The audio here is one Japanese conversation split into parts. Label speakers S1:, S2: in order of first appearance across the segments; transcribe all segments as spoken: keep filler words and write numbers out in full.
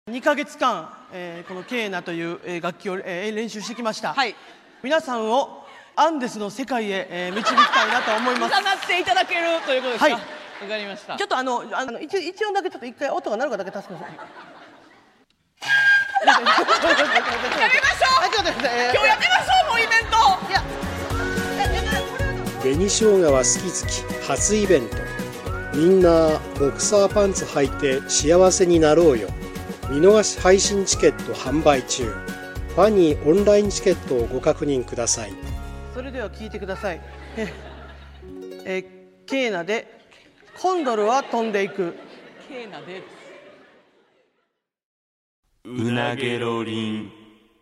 S1: にかげつかん、えー、このケーナという、えー、楽器を、えー、練習してきました、
S2: はい、
S1: 皆さんをアンデスの世界へ、えー、導きたいなと思います。
S2: 占っていただけるということですか。
S1: はい、
S2: わかりました。
S1: ちょっとあのあの 一, 一音だけちょっと一回音が鳴るかだけ助けます。
S2: やめましょう。今日やってましょう、もうイベント。いや、
S3: 紅しょうがは好き好き初イベント。みんなボクサーパンツ履いて幸せになろうよ。見逃し配信チケット販売中。ファニーオンラインチケットをご確認ください。
S1: それでは聞いてください。ええケーナでコンドルは飛んでいく。
S2: ケーナで
S4: うなげろりん。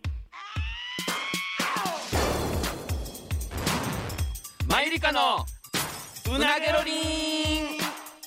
S4: マイリカのうなげろりん。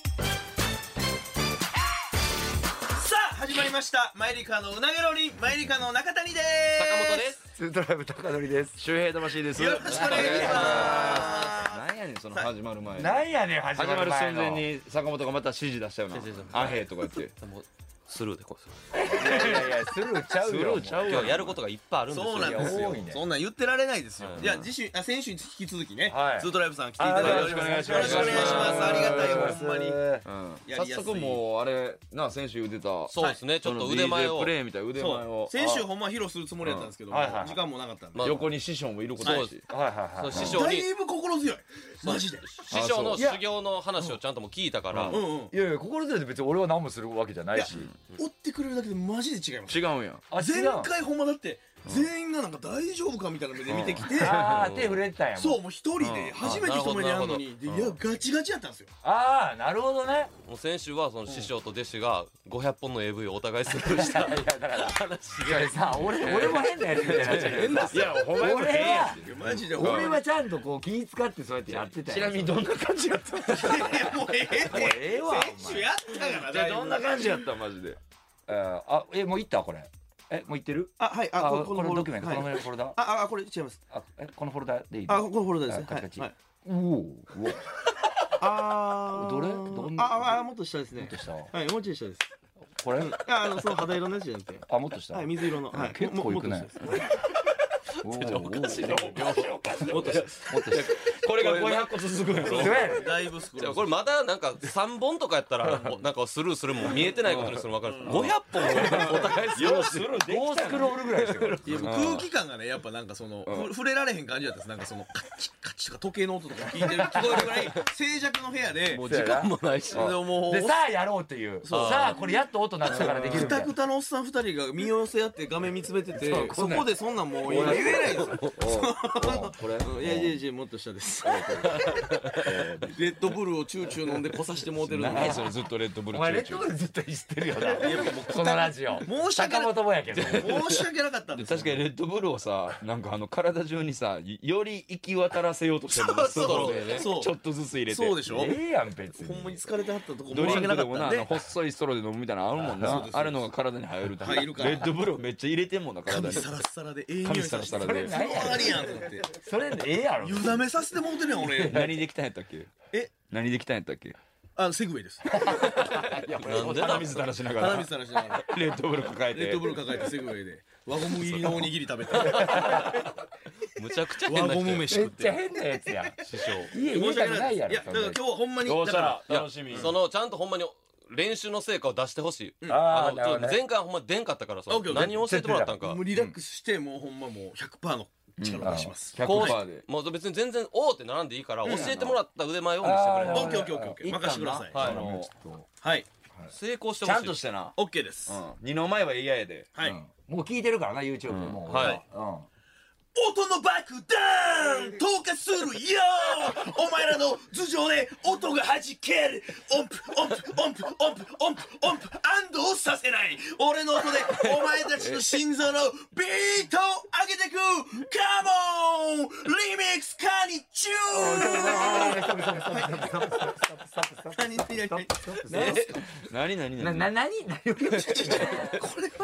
S5: さあ始まりました、マイリカのうなげろりん。マイリカの中谷です。
S4: 坂本です。
S6: ツートライブ高典です。
S4: 周平魂です。
S5: よろしくお願いします。
S4: なんやねんその始まる前に。
S6: なんやねん始
S4: 始まる
S6: まる前の。
S4: 寸前に坂本がまた指示出したよな。アヘとか言って。スルーでこう。
S6: いやいやスルーちゃうよ。
S4: スルーちゃうよ。今日やることがいっぱいあるんですよ。
S5: そうなんですよ。
S6: 多いね
S5: そんなん言ってられないですよ。
S4: うん
S5: いや次週あ先週に引き続きね、
S6: はい
S5: ツートライブさん来ていただいております。
S4: あよろしくお願いします
S5: よろしくお願いします。ありがたいほんまに。
S4: うん早
S5: やりやすい
S4: 速もうあれな先週言ってた。
S7: そうですね、ちょっと腕前を
S4: プレイみたいな腕前
S5: そ
S4: を
S5: う先週ほんま披露するつもりだったんですけど、
S6: うんはいはい
S5: 時間もなかったんで。
S7: まあ
S4: 横に師匠もいることだし。
S6: はいはいはい。
S7: 師匠に
S5: だいぶ心強い。マジで。
S7: 師匠の修行の話をちゃんとも聞いたから、
S5: うんうん。
S6: いやいや心強いって別に俺は何もするわけじゃないし。
S5: 追ってくれるだけでマジで違います。
S4: 違うんや。
S6: あ
S5: 前
S6: 違う。
S5: 回ほんまだって全員がなんか大丈夫かみたいな目で見てきて、
S6: ああ手触れてたんやもん。
S5: そうもう一人で初めて人前でやるのに、でいやガチガチやったんですよ。
S6: ああなるほどね。
S7: もう先週はその師匠と弟子がごひゃっぽんの エーブイ をお互いスルーした
S6: いやだから
S7: 話
S6: いやさ俺俺も変なやつみたいになっちゃうけどさ。
S4: いやお前も
S6: 俺
S4: 変や
S6: は
S5: マジで
S6: 俺はちゃんとこう気使ってそうやってやってたよ。
S4: ちなみにどんな感じやったの？
S5: いやもうええ
S6: もうええわお前
S5: 先週やったから
S4: じゃあどんな感じやったマジで。
S6: えーあえもう行ったこれ。えもう行ってる？
S5: あはい
S6: あ
S5: あ
S6: これドキュメントこの
S5: はい
S6: フォルダ。
S5: ああこれ違います。
S6: あえこのフォルダでいい
S5: あ
S6: の？
S5: このフォルダですね。
S6: あカチカチ
S5: はい。
S6: おおうわ
S5: あ
S6: どれどんな
S5: ああもっと下ですね
S6: もっ。とした
S5: はいもうちょい下です。
S6: これ
S5: ああのその肌色のやつじゃなくて、
S6: あもっとした
S5: はい水色のはい
S6: 結構いくね
S5: ももっと下です
S6: おおおかしいね
S5: もっと下です。
S6: もっとした
S4: これがごひゃっこ続くんやろ。
S6: そうやね
S5: だいぶ少ない。
S7: じゃあこれまだなんかさんぼんとかやったらもうなんかスルーするもん見えてないことにするの分かる。ごひゃっぽんをお互いスルーしてる。
S6: ゴースクロールぐらいしてる
S5: いやもう空気感がねやっぱなんかそのふ触れられへん感じだったんです。なんかそのカチッカチッとか時計の音とか聞いてる聞こえるぐらい静寂の部屋で
S7: もう時間もないし。
S5: でもう
S6: でさあやろうっていう
S5: そう
S6: さあこれやっと音鳴ったからできる
S5: く
S6: みたいな
S5: たくたのおっさんふたりが身を寄せ合って画面見つめてて
S6: そうこんなん
S5: そこでそんなんもう言えないんですよ。
S6: これ
S5: うんいやいやいやもっと下です。レッドブルをチューチュー飲んでこさしてもうてるの
S4: 何それずっとレッドブ
S6: お
S4: ル
S6: 前レッドブルずっと知ってるよなこのラジオ
S5: 申し訳な
S6: 坂本もやけど
S5: 申し訳なかったんですよ。
S4: 確かにレッドブルをさなんかあの体中にさより行き渡らせようとしてるの
S5: そう
S4: ストローでね
S5: そう
S4: ちょっとずつ入れて
S5: そうでしょ。
S6: ええやん別
S5: ほんま
S6: に
S5: に疲れてはったとこ
S4: ドリンク
S5: 申し訳なか
S4: でもなあの
S5: ったんで。
S4: 細いストローで飲むみたいなのあるもんな
S5: そうです
S4: あれのが体に入ると
S5: 入るから
S4: レッドブルをめっちゃ入れてんもんな体に
S5: 髪サラッサラでええ匂い
S4: 髪
S5: させて
S4: サラサラで
S6: それ何や
S5: 終わりやんと思って
S6: それええやろ
S5: 湯だめさせてもうてるやん俺。
S4: 何できたんやったっけ
S5: え
S4: 何できたんやったっけ
S5: あのセグウェイです。
S7: なんでだ
S4: 鼻水垂らしながら
S5: 鼻水垂らしながら
S4: レッドブル抱えて
S5: レッドブル抱えてセグウェイで輪ゴム入りのおにぎり食べて
S7: むちゃくちゃ変
S5: 輪ゴ
S7: な人や。
S5: ム飯食っ
S6: めっちゃ変なやつや
S7: 師匠。
S6: 家入れたくないやろ
S5: いやだから今日ほんまに
S4: どうしたら
S5: だか
S4: 楽しみ
S7: そのちゃんとほんまに練習の成果を出してほしい。
S6: あ
S7: あのちょっと前回ほんま出んかったからさ
S5: オッケーオッケー
S7: 何を教えてもらったんか
S5: らもう。リラックスしてもうほんまもう ひゃくパーセント の力を出します。
S4: ひゃくパーセントで
S7: もう別に全然おーって並んでいいから教えてもらった腕前を見せてくれ
S6: あー
S5: オッケーオッケーオッケーオッケー任せてください。
S7: はい
S6: あのちょっと
S5: はい
S7: 成功して
S4: ちゃ
S7: ほしい。
S4: んとしてな
S5: オッケーです。
S4: うん二の前は嫌やで
S5: はい。
S6: うんもう聞いてるからな YouTube でもう
S7: はい
S6: うん
S5: 音の爆弾投下するよお前らの頭上で音が弾ける音符音符音符音符音符音符安堵させない俺の音でお前たちの心臓のビートを上げてくカモンリミックスカニチュー何何何
S4: 何何何
S6: なな何何を言う
S5: これは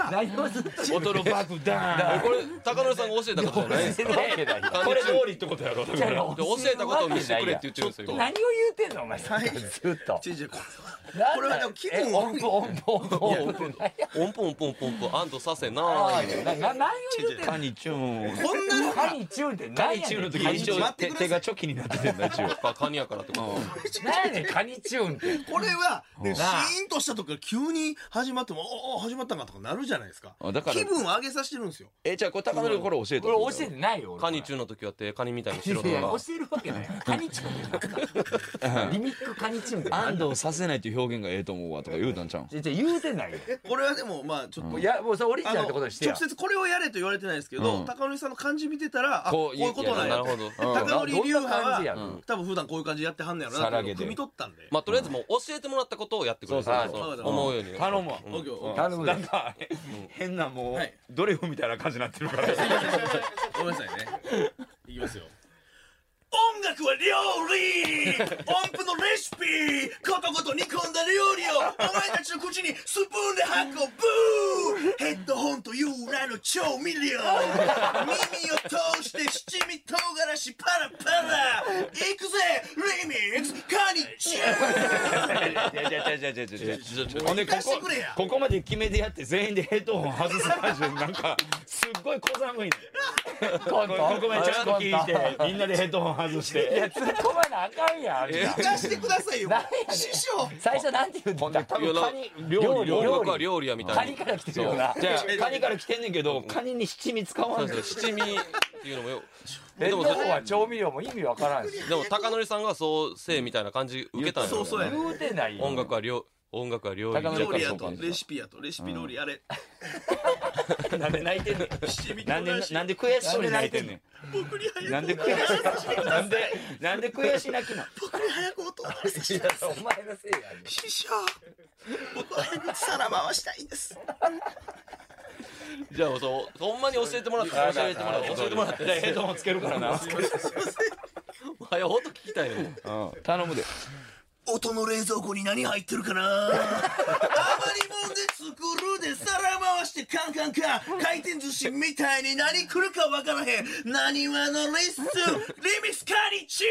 S6: 何をずっと
S4: 音の爆弾
S7: これ高典さんが教えたことじゃないですか。
S6: 教えるわけないよ
S4: これ通りってことやろだから
S7: で教えたことを見せてくれって言ってるんですよ。
S6: 何を言うてんのお前ずっと
S5: 違う違うこ
S6: こ
S5: れはでも気分
S6: え音符音符音符音符って何や
S7: 音符音符音符音符安堵させな
S6: あ
S7: ーい。
S6: ーなな何を言うてんの
S4: カニチューン
S5: こんなの
S6: カニチューンって
S4: カニ
S6: 何やねん
S4: チューンの時一応手手がチョキになっててんだ一応
S7: あカニやからってこと。
S6: 何やねんカニチューンって
S5: これはねシ
S6: なあ
S5: ーンとした時から急に始まってもおお始まったんかとかなるじゃないですか。
S4: あだから
S5: 気分を上げさせてるんですよ。
S4: えじゃあこれ高典これ教えた
S6: 俺教えてないよ俺
S7: カニ中の時は手カニみたいにしろと
S6: いや
S7: か。
S6: 教えるわけないカニチューンリミックカニチューンって
S4: 安藤させないっていう表現がええと思うわとか言うたんちゃうん
S6: じゃじゃ言うてないよ
S5: これはでもまあちょっと
S6: いやもうそれオリジ
S5: あの
S6: ナルってことにしてや
S5: 直接これをやれと言われてないですけど、
S4: うん
S5: 高典さんの感じ見てたらあこ
S4: こう
S5: ういうことなんや
S7: なるほど。
S5: 高典流派
S6: どんな感じや
S5: は
S6: の
S5: 多分普段こういう感じでやってはんねやろな
S4: さらげで
S5: って汲み取ったんで、
S7: まあとりあえずもう教えてもらったことをやってくれる。
S4: そうそう
S5: そう
S7: の思うようにね。
S4: 頼むわ
S7: うん
S5: オッケーオッケー
S6: 頼むで
S4: なんか変なもう、
S5: はい
S4: ドレフみたいな感じになってるから
S5: ごめんなさいねいきますよ。音楽は料理音符のレシピことごと煮込んだ料理をお前たちの口にスプーンで運ぶヘッドホンという名の調味料耳を通して七味唐辛子パラパラいくぜリミックスカニチュー
S4: いやいやいやいやいやいや
S7: ちょちょ
S4: ほんでこ
S5: 出して
S4: こ
S5: くれや
S4: ここまで決めてやって全員でヘッドホン外す感じでなんかすっごい小寒いね
S6: コント
S4: ここまでちゃんと聞いてみんなでヘッドホン外し
S6: い
S4: て
S6: や突っ込まなあかんやんあんた
S5: 出してくださいよ
S6: 何やねん
S5: 師匠
S6: 最初なんて言ってた
S4: 多分カニ料理
S6: 料理
S7: 音楽は料理やみたいな。
S6: カニから来てるよな
S4: じゃあカニから来てんねんけどカニに七味使わんねん
S7: 七味っていうのもよ。
S6: ヘッド
S7: でも
S6: ホンは調味料も意味わからんし
S7: でも高典さんがそうせえみたいな感じ受けたんやろ。
S5: そうそうやね
S6: 言うてないよ
S7: 音楽は料音楽は料理
S4: 高典
S5: 料理やと
S4: そう感じ
S5: レシピやとレシピ料理あれ
S4: なんで泣いてんね
S5: 七味
S4: んなんで
S5: 唐辛子
S4: なんで悔しそうに泣いてんね
S5: 僕に早く
S4: んなんで悔しなんでなんで悔し泣きな
S5: 僕に早く音を鳴らさせてください
S6: お前のせいやね
S5: 師匠僕は早く皿回したいんです
S7: じゃあそうほんまに教えてもらって教えてもらって教えてもらって
S4: じゃあヘッドホンつけるからな
S7: 早い音聞きたいの。
S4: うん頼むで
S5: 音の冷蔵庫に何入ってるかな余りもんで作るで皿回してカンカンカン回転寿司みたいに何来るかわからへん何話のレッスンリミスカニチ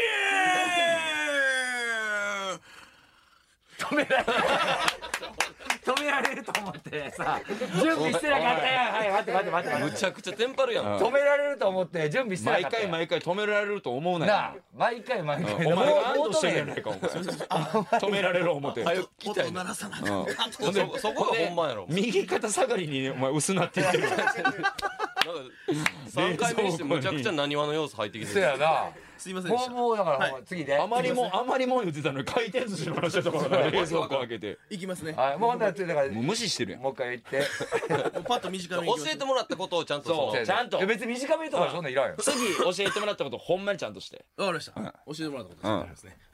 S5: ュー
S6: 止められる止められると思ってさ準備してなかったやんはい待って待って待って
S7: むちゃくちゃテンパるやん。
S6: 止められると思って準備してな
S4: 毎
S6: かったやん
S4: 回毎回止められると思うな
S6: な
S4: よ
S6: あ毎回毎回
S4: お前が安
S6: もう
S4: 堵してるやないかお前止められる思て
S7: 早く聞きたいね。
S5: 音鳴らさなあかんか
S7: そそそこが本番やろ。
S4: 右肩下がりにねお前薄なっていってる
S7: なんかさんかいめにしてむちゃくちゃなにわの要素入ってきて
S6: そう
S7: る。
S6: やな
S5: すいませんでした
S6: もうもうだから
S5: はい
S6: もう次で
S4: あまりもあまりも言ってたのに回転寿司の話だったから冷蔵庫開けて
S5: いきますね
S6: はいもうほんなら次だから
S4: もう無視してるやん
S6: もう一回言って
S5: パッと短めにいきます
S7: 教えてもらったことをちゃんとその
S4: そうちゃんと
S6: いや別に短めとかそんなんいらんよ
S4: 次教えてもらったことほんまにちゃんとして
S5: わかりました教えてもらったこと
S4: うん
S5: ですね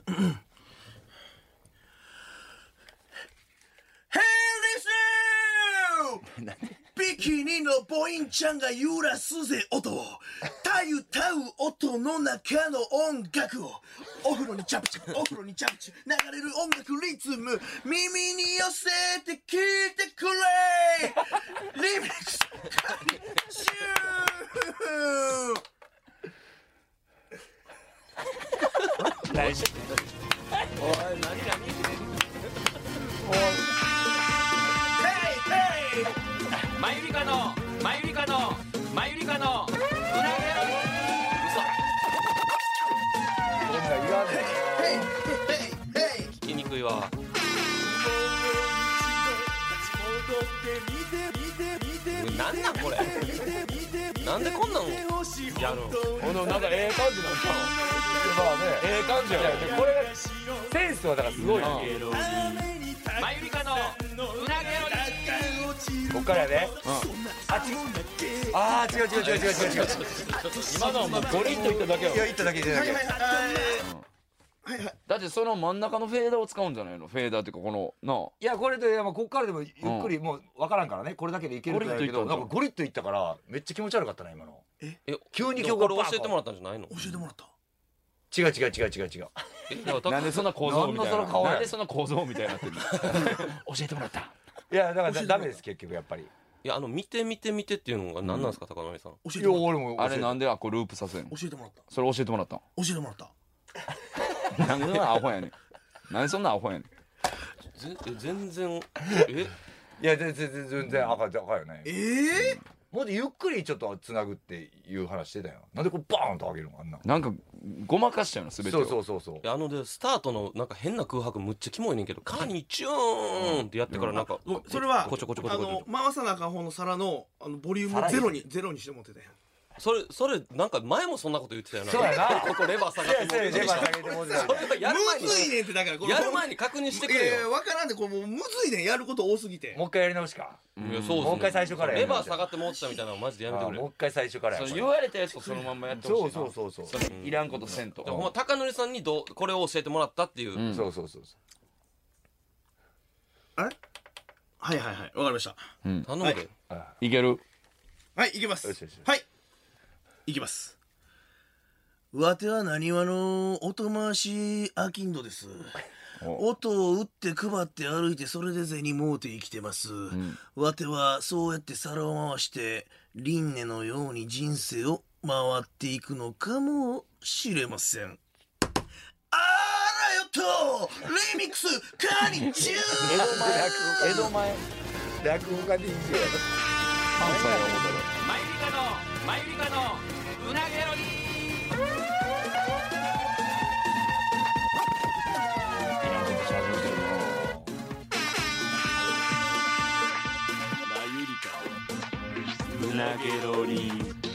S5: Hey listen ビキニのボインちゃんが揺らすぜ音をたゆたう音の中の音楽をお風呂にチャプチャお風呂にチャプチャ流れる音楽リズム耳に寄せて聞いてくれリミックスシュー
S6: 大丈
S7: おい何何
S6: マユリカのマユリカのマユリカのうなげろそんなんいらんねん
S7: 聞きにくいわ。なんなんこれ。なんでこんなんやるん。
S4: ほんでなんかええ感じなんちゃ
S6: まあね
S4: うええ感じや
S6: いやこれがセンスはだからすごいよ
S7: マユリカのうなげろ
S6: こっからやであ違うあー違う違う違う違う違う違う
S4: 今のはもうゴリッといっただけやろ
S6: いや言っただけ言っただけ
S4: だってその真ん中のフェーダーを使うんじゃないのフェーダーっていうかこのない
S6: やこれでいやまあこっからでもゆっくりもう分からんからねこれだけでいけるんだけど
S4: ゴリッといった
S6: なんかゴリッといったからめっちゃ気持ち悪かったな今の
S7: え
S6: 急に
S7: 今日これ教えてもらったんじゃないの。
S5: 教えてもらった
S6: 違う違う違う違う違う
S7: えだから
S4: なんでそんな構造みたいな
S6: なんでその顔や
S4: なんでそんな構造みたいになってるの教えてもらった
S6: いやだからだダメです結局やっぱり
S7: いやあの見て見て見てっていうのが何なんですか、高典さん。
S5: 教え
S4: いや
S5: てもらっ
S4: 俺もあれなんであこうループさせんの
S5: た教えてもらった
S4: それ教えてもらったん
S5: 教えてもらった
S4: なんでそんなアホやねんなんでそんなアホやねん
S7: ぜえ全然え
S8: いや全然全然全然赤赤よね。
S5: ええ
S8: もっとゆっくりちょっとつなぐっていう話してたよ。なんでこうバーンと上げるのあんな。
S4: なんかごまかしちゃうの全てを
S8: そうそうそうそう
S7: い。やあのでスタートのなんか変な空白むっちゃキモいねんけどカニチューンってやってからなんか、
S5: ごめんそれは
S7: こちょこちょこち
S5: あ
S7: ょこちょ
S5: の回さなあかん方の皿のあのボリュームをゼロにゼロにしてもってたやん
S7: それそれなんか前もそんなこと言ってたよな。
S8: そうやな
S7: ここレバー下がっても
S8: レバー下げてもうてた
S7: それはやる前
S5: むずい
S7: に
S5: ねんってだからこれ
S7: やる前に確認してくれ
S5: いやいや
S7: よ。
S5: 分からんでこれもうむずいねんやること多すぎて
S8: もう一回やり直しか。
S7: いやそうっすね
S8: もう一回最初からや
S7: レ
S8: り直し
S7: バー下がっても落ちたみたいなのマジでやめてくれよ。
S8: あもう一回最初からや
S4: そう言われたやつをそのまんまやってほしいな
S8: そうそうそうそう
S4: それいらんことせんと
S7: ほんま高典さんにどうこれを教えてもらったっていう、
S4: ん
S8: そうそうそうそ
S5: あれはいはいはいわかりました
S7: 頼むで、
S5: はい
S4: いける
S5: はい行きます
S8: よしよし
S5: はい行きますわてはなにわの音回しアキンドです音を打って配って歩いてそれで銭もうて生きてます、わてはそうやって皿を回して輪廻のように人生を回っていくのかもしれませんあらよっとレミックスカニチュー
S8: う。江戸前落語家でいいんじゃない。
S4: 関西は思ったら
S6: マユリカのマユリカのうなげろり
S4: うなげろり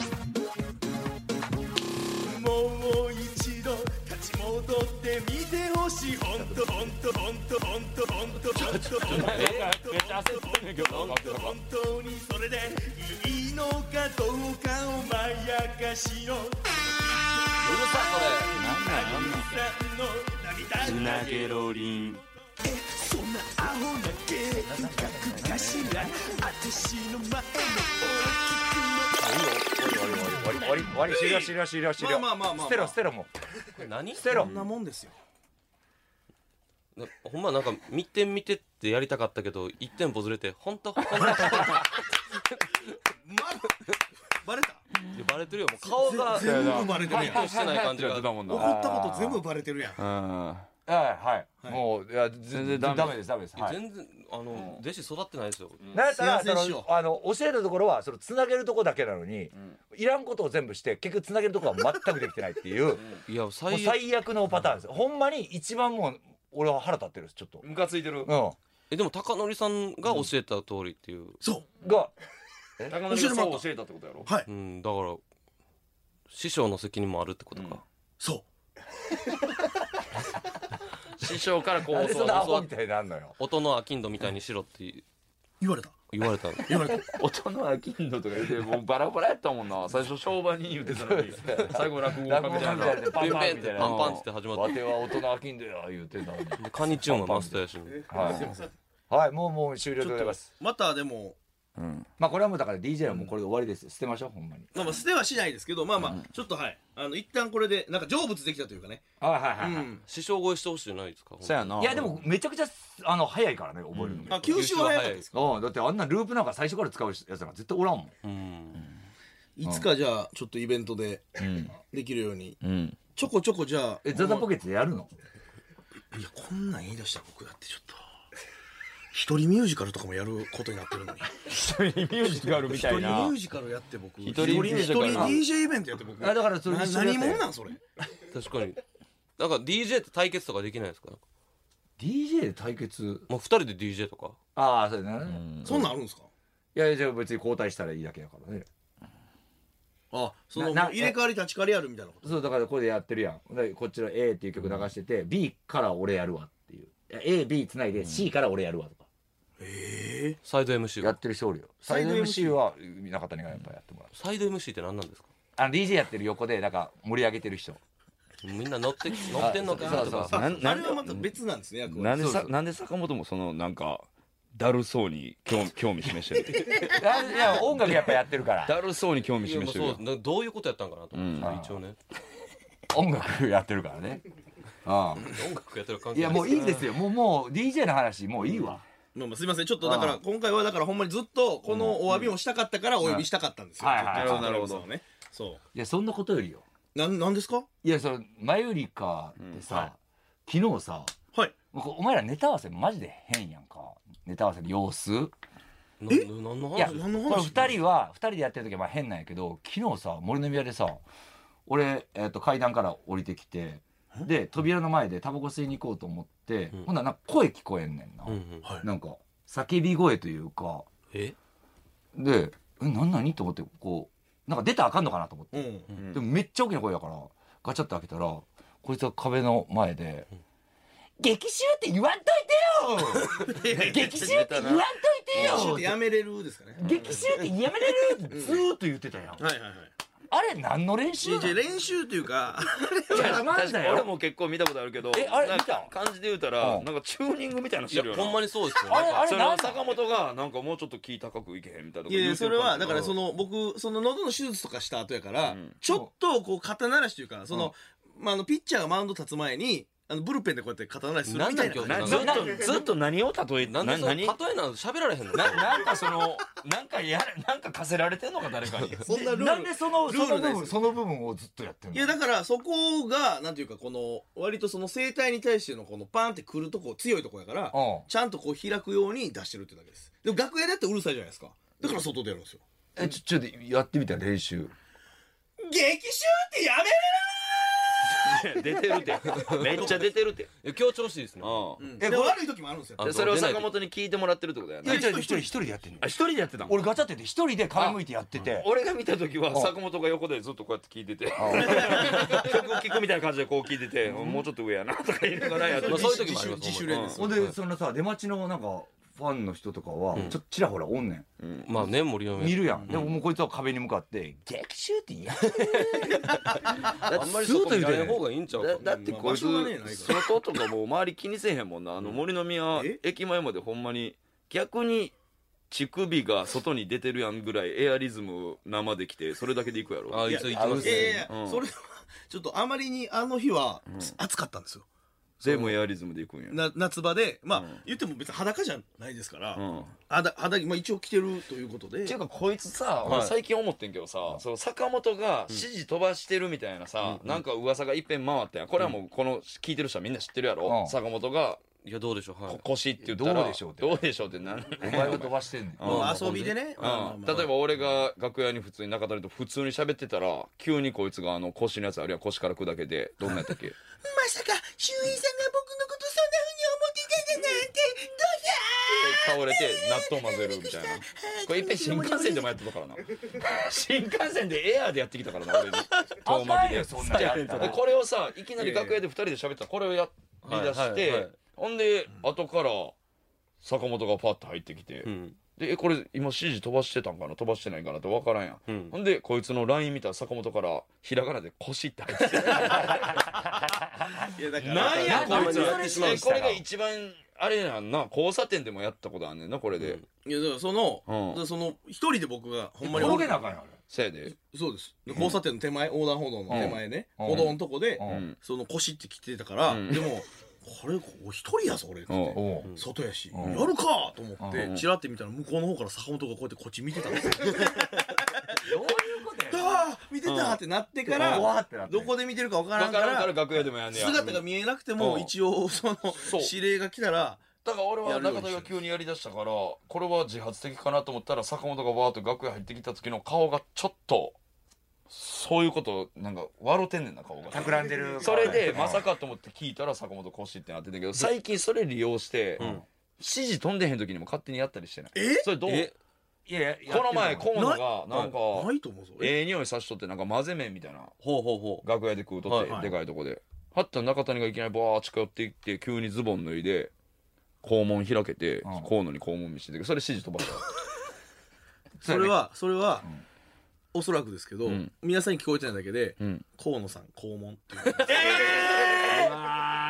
S5: もう一度立ち戻ってみてほしいほんとほんとほんとほんとほんとほんとほんとほんと
S4: めっちゃ焦ってんねんけど
S5: 本当にそれでいいのかどうかをまやかしの
S7: うるさいそれ
S5: う
S4: なげろりん
S5: そんなアホな計画かしら私の前の
S8: 終わり終わり終わり終了終了終了終了。
S5: まあまあまあまあ
S8: 捨てろ捨てろもう
S7: これ何
S8: 捨てろ
S5: こん。なもんですよ
S7: なほんまなんか見て見てってやりたかったけど一店舗ずれてほんとほんと
S5: まバレた
S7: バレてるよもう顔が
S5: 全部バレてるやん
S7: ハッとしてない感じ
S4: やってた
S7: が
S4: もんな
S5: 怒ったこと全部バレてるやん
S4: うん
S8: はいはい。もういや全
S4: 全然ダメ
S8: ダメですダメです。はい。
S7: 全然あの弟子育ってないですよ。
S8: なんやったらそ
S5: すいません師匠
S8: のあの教えるところはそのつなげるところだけなのに、いらんことを全部して結局つなげるところは全くできてないっていう、
S7: いや
S8: もう
S7: 最悪
S8: 最悪のパターンです。ほんまに一番もう俺は腹立ってるですちょっと。
S4: ムカついてる
S8: うん。
S7: えでも高典さんが教えた通りっていう、
S5: そう
S8: が
S4: 高野がそう教えたってことやろ
S5: はい
S7: うんだから師匠の責任もあるってことか。
S5: そう
S4: 師匠からこ
S8: なんでそんなアホ
S7: そう
S8: みたいになんのよ。
S7: 音の商人みたいにしろって
S5: 言われた
S7: 言われたの。
S5: 言われた
S4: 音の商人とか言ってもうバラバラやったもんな最初商売に言ってたのに最後落語家
S8: 落語
S4: みたいな
S8: 家みたいでパン
S7: ペンペンって
S8: パンみたいな。
S7: パンパンって始まって
S8: わては大人飽きんだよ言ってたのに。
S7: でカニチューンはマスターやし
S8: はい。はいもうもう終了でございます。
S5: またでも
S8: まあこれはもうだから ディージェー はもうこれで終わりです。捨てましょうほんまに。
S5: まあまあ捨てはしないですけどまあまあちょっとはいあの一旦これでなんか成仏できたというかね
S8: はいはいはいはい。
S5: うん
S7: 師匠超えしてほしいないですか。
S4: そうやない
S8: やでもめちゃくちゃあの早いからね覚えるのが。
S5: あ九州は早かったですか
S8: うんだってあんなループなんか最初から使うやつなんか絶対おらんもん。
S7: うん
S5: いつかじゃあちょっとイベントでできるように
S4: うん
S5: ちょこちょこじゃあ
S8: えザザポケットでやるの？
S5: いやこんなん言い出したら僕だってちょっと一人ミュージカルとかもやることになってるのに
S4: 一人ミュージカルみ
S5: 一人ミ
S4: たいな
S5: ュージカルやって僕
S4: 一人ミュージカル
S5: 一人 ディージェー イベントやって僕
S8: あだからそれ
S5: な
S8: 一緒にやって
S5: 何者なんそれ
S7: 確かになんか ディージェー って対決とかできないですか。
S8: ディージェー で対決。
S7: もうふたりで ディージェー とか。
S8: ああそうだね。
S5: そんなんあるんですか
S8: いやじゃあ別に交代したらいいだけだからね。
S5: あその
S8: なな
S5: 入れ替わり立ち替わりあるみたいなこと
S8: そうだからこれでやってるやん。でこっちの A っていう曲流してて B から俺やるわっていう。いや A B つないで C から俺やるわとか。
S5: ええ
S7: サイド エムシー
S8: や
S7: は
S8: ってる人おるよ。サ
S5: サイド
S8: イド
S5: エムシー
S8: エムシー は中谷がやっぱやってもらう。
S7: サイド エムシー って何なんですか。
S8: あの ディージェー やってる横でなんか盛り上げてる人。
S7: みんな乗って乗ってんのか
S8: そうそう
S7: とか。
S8: そう
S4: な
S5: あれはまた別なんですね役割
S4: なんでさなんで坂本もそのなんかだるそうに興味興味示してる
S8: あいや音楽やっぱやってるから。
S4: だるそうに興味
S7: いや
S4: 示してるよ
S7: まあそうなどういうことやったんかなと思って、
S4: うん
S7: 一応ね
S8: 音楽やってるからね。ああ。
S7: 音楽やってる関係
S8: いやもういいですよ。もうもう ディージェー の話もういいわ。
S5: まあまあすいませんちょっとだから今回はだからほんまにずっとこのお詫びもしたかったからお呼びしたかったんですよ。
S8: はいはい
S4: なるほどなるほど
S5: ね。そう。
S8: いやそんなことよりよ。
S5: なんなんですか？
S8: いやそのマユリカってさ、昨日さ、
S5: はい。
S8: お前らネタ合わせマジで変やんか。ネタ合わせの様子。
S7: え何の
S8: いや
S7: 話
S5: 何の話
S8: これふたりはふたりでやってる時はまあ変なんやけど、昨日さ森の宮でさ俺、えー、と階段から降りてきてで扉の前でタバコ吸いに行こうと思って、ほんならなんか声聞こえんねんな、
S7: うんうん
S8: なんか叫び声というか
S7: え
S8: でえ何何と思ってこうなんか出たらあかんのかなと思って、
S5: うん。
S8: でもめっちゃ大きな声だからガチャッと開けたらこいつは壁の前で「激臭って言わんといてよ激臭って言わんといてよ
S5: やめれるですかね。
S8: 激臭ってやめれる!」ってずーっと言ってたやん。
S5: はいはいはい。
S8: あれ何の練習なの？
S5: じゃ練習というか
S8: いやマジだよ。
S4: 俺も結構見たことあるけど
S8: えあれ
S4: なんか
S8: 見た
S4: 感じで言うたら
S8: うん
S4: なんかチューニングみたいなの
S7: い
S4: してるよな
S7: やほんまにそうですよ
S8: あれあれ
S4: そ
S8: なん
S4: の坂本がなんかもうちょっとキー高くいけへんみたいなとか言うて
S5: いやいやそれはだからそ
S4: の
S5: の僕その喉の手術とかした後やから、
S4: うん
S5: ちょっとこう肩慣らしというかその、まあ、あのピッチャーがマウンド立つ前にあのブルペンでこうやって肩慣らしするみたいな感じ
S7: なん
S4: ずっ
S7: だっけ
S4: とずっと何を例え
S7: なんでその例え
S4: 何
S7: なん喋られへんの
S8: ななんかそのなんかやるなんか課せられてんのか誰かに。
S5: そんなルール
S8: なんでその
S5: ルール
S8: その部
S5: ないです
S8: 分その部分をずっとやってんの？
S5: いやだからそこがなんていうかこの割とその声帯に対してのこのパンってくるとこ強いとこやから
S8: うん
S5: ちゃんとこう開くように出してるってだけです。でも楽屋でやってうるさいじゃないですか。だから外でやるんですよ。
S8: えちょちょっとやってみたら練習。
S5: 激臭ってやめれ
S4: 出てるってめっちゃ出てるって
S7: いや強調していいですね
S4: うん
S5: る、うん、
S8: えこれ
S5: で悪い時もあるんですよ。
S7: あ
S4: でそれを坂本に聞いてもらってるってことやな
S8: いやちょ一人一人でやってんの
S4: あ。一人でやってたの
S8: 俺ガチャってて一人で壁向いてやってて。
S4: 俺が見た時は
S8: うん
S4: 坂本が横でずっとこうやって聞いてて曲を聴くみたいな感じでこう聞いててもうちょっと上やなとか言いながらやって
S7: まあそういう時もあります
S5: 自主練です。
S8: ほんでそのさ出待ちのなんかファンの人とかはちょっとちらほらおんねん。
S7: まあね森の
S8: 見るやん。でももうこいつは壁に向かって激臭って言う。
S7: あんまりそこ見られん方がいいんちゃうか
S4: だだってこいつ
S5: まあ場所がねないから
S4: 外とかもう周り気にせえへんもんなあの森の宮
S5: え
S4: 駅前までほんまに逆に乳首が外に出てるやんぐらいエアリズム生できてそれだけでいくやろ
S7: あいつ行きます
S5: いやいやい
S7: ね
S5: や、
S4: うん
S5: それはちょっとあまりにあの日は暑かったんですよ。
S4: でもエアリズムでいくんや
S5: な夏場でまあ、
S4: うん
S5: 言っても別に裸じゃないですから、
S4: うん
S5: 肌肌まあ、一応着てるということで
S4: っていうかこいつさ、
S7: はい
S4: 俺最近思ってんけどさ、その坂本が指示飛ばしてるみたいなさ、なんか噂がいっぺん回ったやんこれはもうこの聞いてる人はみんな知ってるやろ、
S8: うん
S4: 坂本が
S7: いやどうでしょうはい
S4: 腰って言ったら
S8: どうでしょうって
S4: どうでしょうってなん
S8: お前が飛ばしてんねん。
S4: うん
S5: まあ遊びでね、まあまあまあ
S4: うん、例えば俺が楽屋に普通に中谷と普通に喋ってたら急にこいつがあの腰のやつあるいは腰から砕けてどんなやったっけ
S5: まさか周平さんが僕のことそんな風に思っていただなんてどう
S4: 倒れて納豆混ぜるみたいなこれいっぺん新幹線でもやってたからな新幹線でエアーでやってきたからな俺に遠巻きで
S8: そんなんやったら
S4: でこれをさいきなり楽屋でふたりで喋ったらこれをやりだして、
S7: はいはいはい
S4: ほんで後から坂本がパッと入ってきて、
S7: うん
S4: でえこれ今指示飛ばしてたんかな飛ばしてないかなって分からんやん、
S7: うん
S4: ほんでこいつの ライン 見たら坂本からひらがなで「腰」って入ってて
S5: いやだから
S4: なんや
S8: なん
S4: こいつ
S8: なんでそれ
S4: えこれが一番あれやんな交差点でもやったことあんねんなこれで、
S5: いやだからその、
S4: うん
S5: だからその一人で僕がほんまに
S8: 転げなあかんやんあれ。
S4: せやで
S5: そうですで交差点の手前、横断歩道の手前ね、
S8: うん
S5: 歩道のとこで、
S8: うん
S5: その腰って来てたから、
S4: うん
S5: でもこれお一人やぞ俺って言って、
S8: おう
S5: 外やし、
S8: うん
S5: やるかと思って、
S4: うん
S5: チラって見たら向こうの方から坂本がこうやってこっち見てたんですよ
S8: どういうことや。
S5: ああ見てたってなってから、
S8: うんわーってなって
S5: どこで見てるか分から
S4: 分からん
S5: んから
S4: から楽屋でもやんねや
S5: 姿が見えなくても、
S4: うん
S5: 一応その
S4: そう
S5: 指令が来たら
S4: だから俺は
S5: やるように
S4: 中田が急にやりだしたからこれは自発的かなと思ったら坂本がバーッと楽屋入ってきた時の顔がちょっとそういうことなんか笑うてんねんな顔が
S8: 企んでる。
S4: それでまさかと思って聞いたら坂本腰ってなってたけど最近それ利用して、指示飛んでへん時にも勝手にやったりしてない
S5: え
S4: それどう
S7: え
S8: いやいや
S4: この前
S8: こ
S4: 河野がなんか
S5: ないと思うぞ
S4: ええ匂いさしとってなんか混ぜ麺みたいな
S7: ほうほうほう
S4: 楽屋で食うとって、
S5: はい
S4: でかいとこではったら中谷がいきなりバーッ近寄っていって急にズボン脱いで肛門開けて、
S8: うん
S4: 河野に肛門見せてそれ指示飛ばした
S5: それはそれは、おそらくですけど、
S4: うん
S5: 皆さんに聞こえてないだけで、
S4: うん
S5: 河野さん肛門っていう
S8: うわー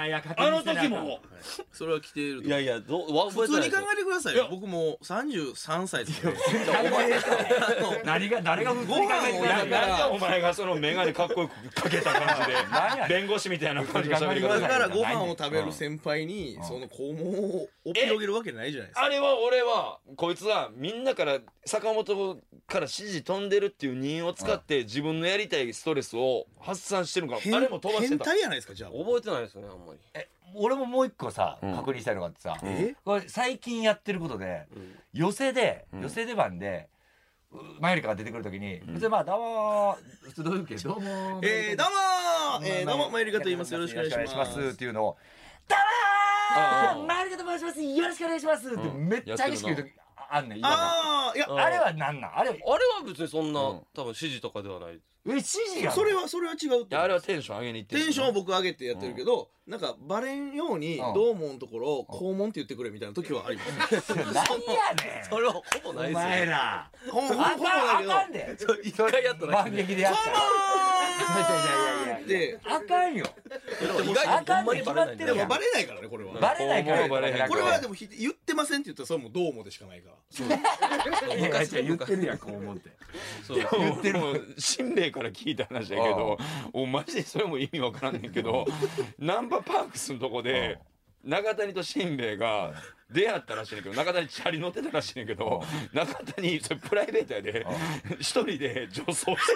S8: いや
S4: あの時も
S5: それは来ていると
S7: いやいやどうわ
S5: 普通に考
S7: え
S5: えてくださいよ僕もうさんじゅうさんさいですよ
S8: 何が誰が普通に考えて
S5: ご飯を
S4: な
S8: る
S4: なんでお前がその眼鏡かっこよくかけた感じで弁護士みたいな感じの喋り方
S5: だからご飯を食べる先輩にその肛門をおっ広げるわけないじゃないですか
S4: あれは俺はこいつはみんなから坂本から指示飛んでるっていう任を使って自分のやりたいストレスを発散してるのか
S5: 変
S4: あれも飛ばして
S5: 変
S4: た
S5: 態やないですかじゃあ
S7: 覚えてないですよねあんまり
S8: 俺ももう一個さ、
S4: うん
S8: 確認したいのがあってさ、
S5: え
S8: これ最近やってることで、寄せで、
S4: ん
S8: 寄せ出番でマユリカが出てくるときに、普通まあどうも普通どういうけどうも
S5: えーどうもーえーどうもマユリカと言いますよろしくお願いします
S8: っていうのをどうもーマユリカと申しますよろしくお願いしますってめっちゃ激しく言うときあんねん今の
S5: ああいや
S8: あれはなんなんあれは
S7: あれは別にそんな、
S4: うん
S7: 多分指示とかではない
S8: え指示やん
S5: それはそれは違うって
S4: いやあれはテンション上げにいってる
S5: テンションを僕上げてやってるけど、なんかバレんように
S8: うん
S5: どうものところを肛門って言ってくれみたいな時はあります。
S8: 何やねん
S7: それはほぼない
S8: お
S7: ですよ
S8: 前ら
S5: ほんほんほぼ
S8: あ
S5: ないけど
S8: かんあかんで
S7: 一回やっただ
S8: 番
S7: けで
S8: 劇でやったらいやいやいやいや
S5: で
S8: あかんよ
S7: でも意外とほんまにバレないんだよ
S5: でもバレないからねこれは。
S8: バレないから
S4: バレへん
S5: これはでもひ言ってませんって言ったらそれもどうもでしかないから。
S8: いやいや言ってるやんこう思って
S7: そう
S4: 言ってるもんしんべヱから聞いた話やけどおマジでそれも意味わからんねんけどナンバーパークスのとこで中谷としんべヱが出会ったらしいねんけど中谷チャリ乗ってたらしいねんけど中谷それプライベートやで一人で女装してた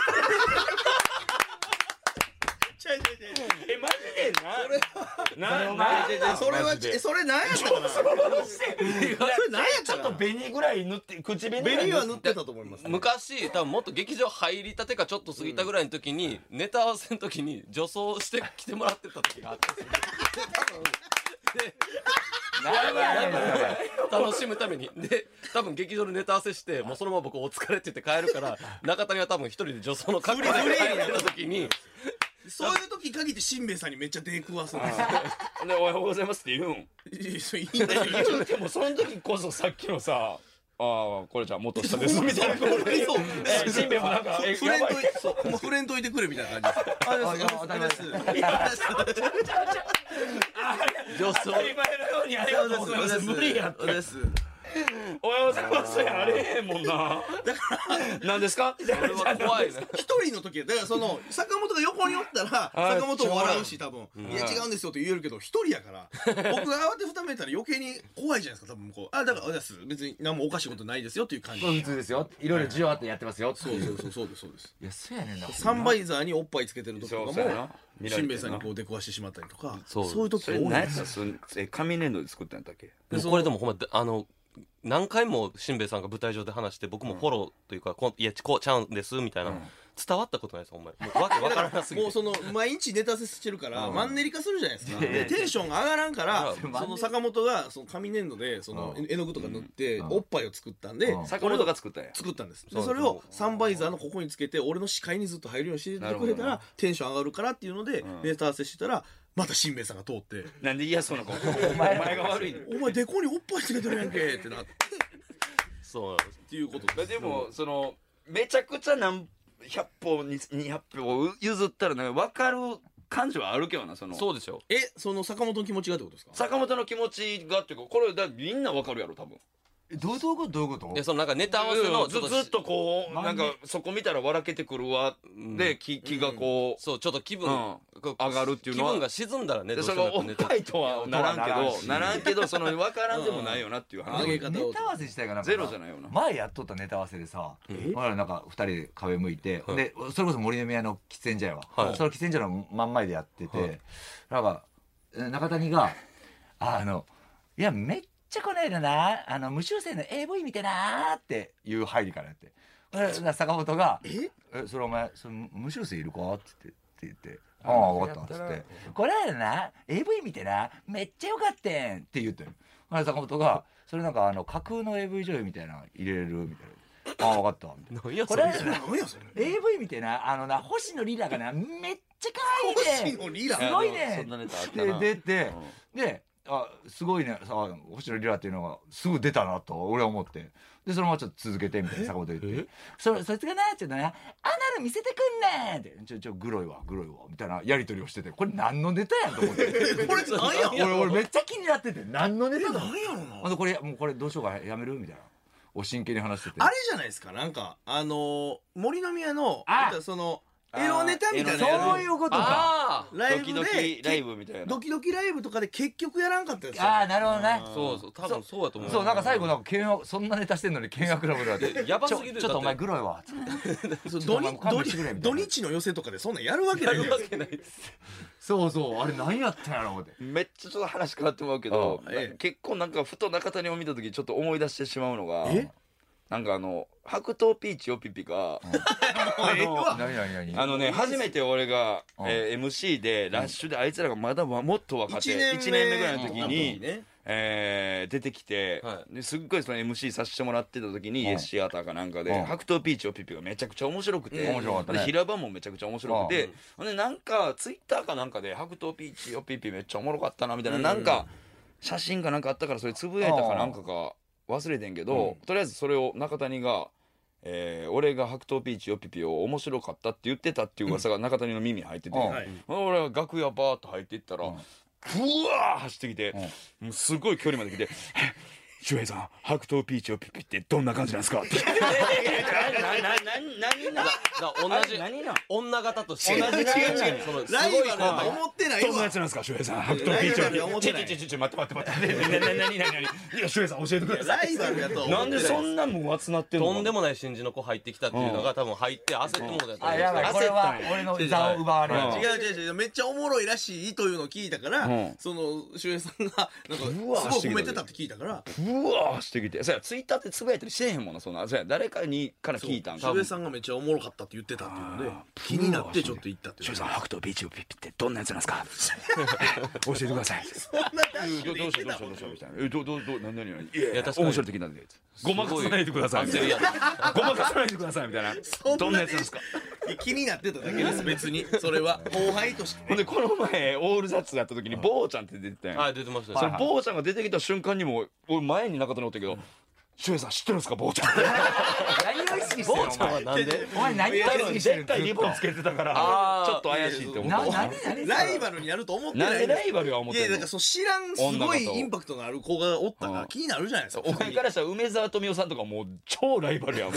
S4: えマジでななな
S5: それは
S4: マジで
S5: それ何やったかな。それ何やったかな。
S4: ちょっと紅ぐらい塗って口紅ぐらい
S5: 紅は塗ってたと思います。
S7: 昔多分もっと劇場入りたてかちょっと過ぎたぐらいの時に、ネタ合わせの時に女装して来てもらってた時があったんですよで
S8: 何やねんそれ
S7: 楽しむためにで多分劇場でネタ合わせしてもうそのまま僕お疲れって言って帰るから中谷は多分一人で女装の格好で帰ってた時に
S5: そういう時限ってしんべヱさんにめっちゃ出くわすんですよ。
S4: でおはようございますって言うん
S5: いやそれいいんだよ。
S4: 言うてもその時こそさっきのさああこれじゃあ元下ですみたいな
S5: そう
S4: えしんべヱもなんかえ
S5: 触れんとい
S4: やばい
S5: そうもう触れんといてくれみたいな感じです。あ
S8: あいや当たり前です
S7: 女装
S4: 当たり前のようにありがとうございます無理やって
S5: です。
S4: おはようございますやあれへんもんな何ですかみたいな
S7: それは怖いね
S5: 一人の時はだからその坂本が横におったら
S4: あ
S5: 坂本も笑うし多分いや違うんですよって言えるけど一人やから僕が慌てふためいたら余計に怖いじゃないですか多分向こうあだからあです別に何もおかしいことないですよっていう感じ
S8: 普通ですよいろいろ需要あってやってますよって
S5: そうそうそうそうですそうです
S8: いやそうやねんな
S5: サンバイザーにおっぱいつけてる時とか
S4: そうそうやな
S5: もしんべヱさんにこう出くわしてしまったりとか
S7: そう
S5: そういう時
S4: そ
S5: が多いんです
S4: れ何やったそえ紙粘土で作ったんやったっけ
S7: もうこれでもほんまあの何回もしんべヱさんが舞台上で話して僕もフォローというか、こういやこうちゃうんですみたいな、伝わったことないですほんまにもうわけわからなすぎて
S5: もうその毎日ネタ合わせしてるからマンネリ化するじゃないですかでテンションが上がらんからその坂本がその紙粘土でその絵の具とか塗っておっぱいを作ったんで
S4: 坂本が作ったんや
S5: 作ったんですでそれをサンバイザーのここにつけて俺の視界にずっと入るようにしててくれたらテンション上がるからっていうのでネタ合わせしてたらまたしんべヱさんが通って
S4: なんで嫌そうな顔お前が悪いの
S5: 「お前デコにおっぱいつけてるやんけ」ってなって
S7: そうなんです
S5: っていうことです
S4: でもそのめちゃくちゃ何百歩ににひゃく歩譲ったらなんか分かる感じはあるけどなその
S7: そうでしょ
S5: えその坂本の気持ちがってことですか
S4: 坂本の気持ちがっていうかこれだみんな分かるやろ多分
S8: どういうことどういうこと
S7: でそのなんかネタ合わせの
S4: ずずっとこうなんかそこ見たら笑けてくるわで気気がこう
S7: そうちょっと気分、
S4: うん
S7: こう
S4: 上がるっていうのは
S7: 気分が沈んだらねどうして
S4: でそのおっ
S7: もやっぱネタ
S4: ぱいとはならんけど
S8: ならんし
S4: ならんけどその分からんでもないよなっていう話
S5: 上げ方を
S8: ネタ合わせしたいかな
S4: ゼロじゃないよな
S8: 前やっとったネタ合わせでさ俺らなんかふたりで壁向いてでそれこそ森の宮の喫煙所やわ
S7: はい
S8: その喫煙所の真ん前でやっててなんかえ中谷があのいやめっちゃこの間なあの無修正の エーブイ 見てなーっていう入りからやってで坂本が「えそれお前それ無修正いるか?」って言ってって言って。ああ分かったっつって「これ間な エーブイ 見てなめっちゃよかったん」って言ってる坂本が「それなんかあの架空の エーブイ 女優みたいなの入れれる?」みたいな「ああ分かった」みたいなこ
S7: 何やそれ
S8: れ間な
S5: 何やそれ
S8: エーブイ 見てなあのな星野リラがなめっちゃ可愛いね
S5: 星野リラ
S8: すごいね
S4: そんなネタあった
S8: で
S4: な
S8: 出てでああすごいねさ星野リラっていうのがすぐ出たなと俺は思ってでそのままちょっと続けてみたいな坂本言ってそそいつがなちょっとなアナル見せてくんねんってちょちょグロいわグロいわみたいなやり取りをしててこれ何のネタやんと思って
S5: これ何や
S8: 俺俺めっちゃ気になってて何のネタだ
S5: 何やろな
S8: ほんでこれもうこれどうしようかやめるみたいなお真剣に話してて
S5: あれじゃないですかなんかあのー森の宮の
S8: あ
S5: そのエロネタみたいなやつ
S8: そういうことか
S7: あ
S5: ライブで
S4: ドキドキライブみたいな
S5: ドキドキライブとかで結局やらんかったやつ
S8: ああなるほどね
S7: あそうそう多分そうやと思う
S8: そうなんか最後なんか険悪そんなネタしてんのに険悪ラブだって
S7: やばすぎる
S8: ちょちょっとお前
S7: だ
S8: グロいわ
S5: そう
S8: ちょっとお前
S5: 土日
S8: 勘弁してくれみたいな
S5: 土日の寄せとかでそんなんやるわけない
S7: や
S5: よ
S7: るわけない
S8: そうそうあれ何やったんやろ思って
S4: めっちゃちょっと話変わってもらうけど、
S5: うんええ
S4: 結構なんかふと中谷を見た時ちょっと思い出してしまうのが
S5: え
S4: なんかあの白桃ピーチよぴぴが、あの
S8: 何何何
S4: あのね初めて俺が、
S8: うん
S4: えーエムシー でラッシュであいつらがまだもっと若手
S5: 一年目
S4: いちねんめぐらいの時
S5: うん
S4: に、
S5: ね
S4: えー出てきて、
S7: は
S4: ですっごいその エムシー させてもらってた時に、
S8: うん
S4: イエスシアターかなんかで、
S8: うん
S4: 白桃ピーチよぴぴがめちゃくちゃ面白くて、
S8: 面白かったね
S4: で平場もめちゃくちゃ面白くて、
S7: うん
S4: ほんでなんかツイッターかなんかで白桃ピーチよぴぴめっちゃおもろかったなみたいな、なんか写真かなんかあったからそれつぶやいたかなんかか忘れてんけど、とりあえずそれを中谷が、えー俺が白桃ピーチよぴぴを面白かったって言ってたっていう噂が中谷の耳に入ってて、
S8: うん
S5: はい
S4: 俺は楽屋バーッと入っていったら、
S8: うん
S4: ふわー走ってきて、もうすごい距離まで来て「周平さん白桃ピーチよぴぴってどんな感じなんですか?」って何な
S7: だから同じ
S4: 何な
S7: 女型として
S4: 同じ違う違う
S7: そのす
S5: ライ
S7: ごい
S5: バルだと思ってないわ
S4: どんなやつなんですか周平さん白桃ピーチよぴぴ
S5: ライバルや思ってない
S4: ちょちょちょちょ待って待って待って何何何何何いや周平さん教えてくださ
S5: ライバルやとは思ってない
S4: いなんでそんな無圧なってんの
S7: とんでもない新人の子入ってきたっていうのが多分入って焦ってもうたやつ
S8: あやばいこれは俺の座を奪われる
S4: うん
S5: 違う違う違うめっちゃおもろいらしいというのを聞いたから、
S4: うん
S5: その周平さんがなんかす
S4: う
S5: ごい
S4: わ
S5: 褒めてたって聞いたから
S4: うわーしてきてそやツイッターってつぶやいたりしてへんもんなそんなそや誰かにから聞いたんか
S5: 周平さんがめっちゃおもろかったって言ってたっていうので気になってちょっと行ったっていう
S4: 周平さん白桃ピーチよぴぴってどんなやつなんですか教えてください
S5: そんなダッシュで
S4: どう
S5: 言っ
S4: してたどうしたどうしたど
S5: た
S4: うしたえどどど何何何いやいや
S7: 確かに
S4: 面白いって聞いたんでごまかさないでくださいみたい
S7: いや
S4: なごまかさないでくださいみたいなどんなやつなんですか
S5: 気になってただけです別にそれは後輩として
S4: ほんでこの前オールザッツやった時に坊ちゃんって出てたやん
S7: はい出てました
S4: そ
S7: ね
S4: の坊ちゃんが出てきた瞬間にも俺前に中田におったけど周平さん知ってるんですか坊ちゃん
S8: 何を意識してる
S7: 坊ちゃんはなんで
S8: お前何を意識してる
S4: でっかいリボンつけてたから
S7: あー
S4: ちょっと怪しいって思った
S8: な何何
S5: ライバルになると思ってない
S4: なんでライバルが思ってんの
S5: いやだからそう知らんすごいインパクトのある子がおったから気になるじゃないですか
S4: お前からしたら梅沢富美男さんとかもう超ライバルやん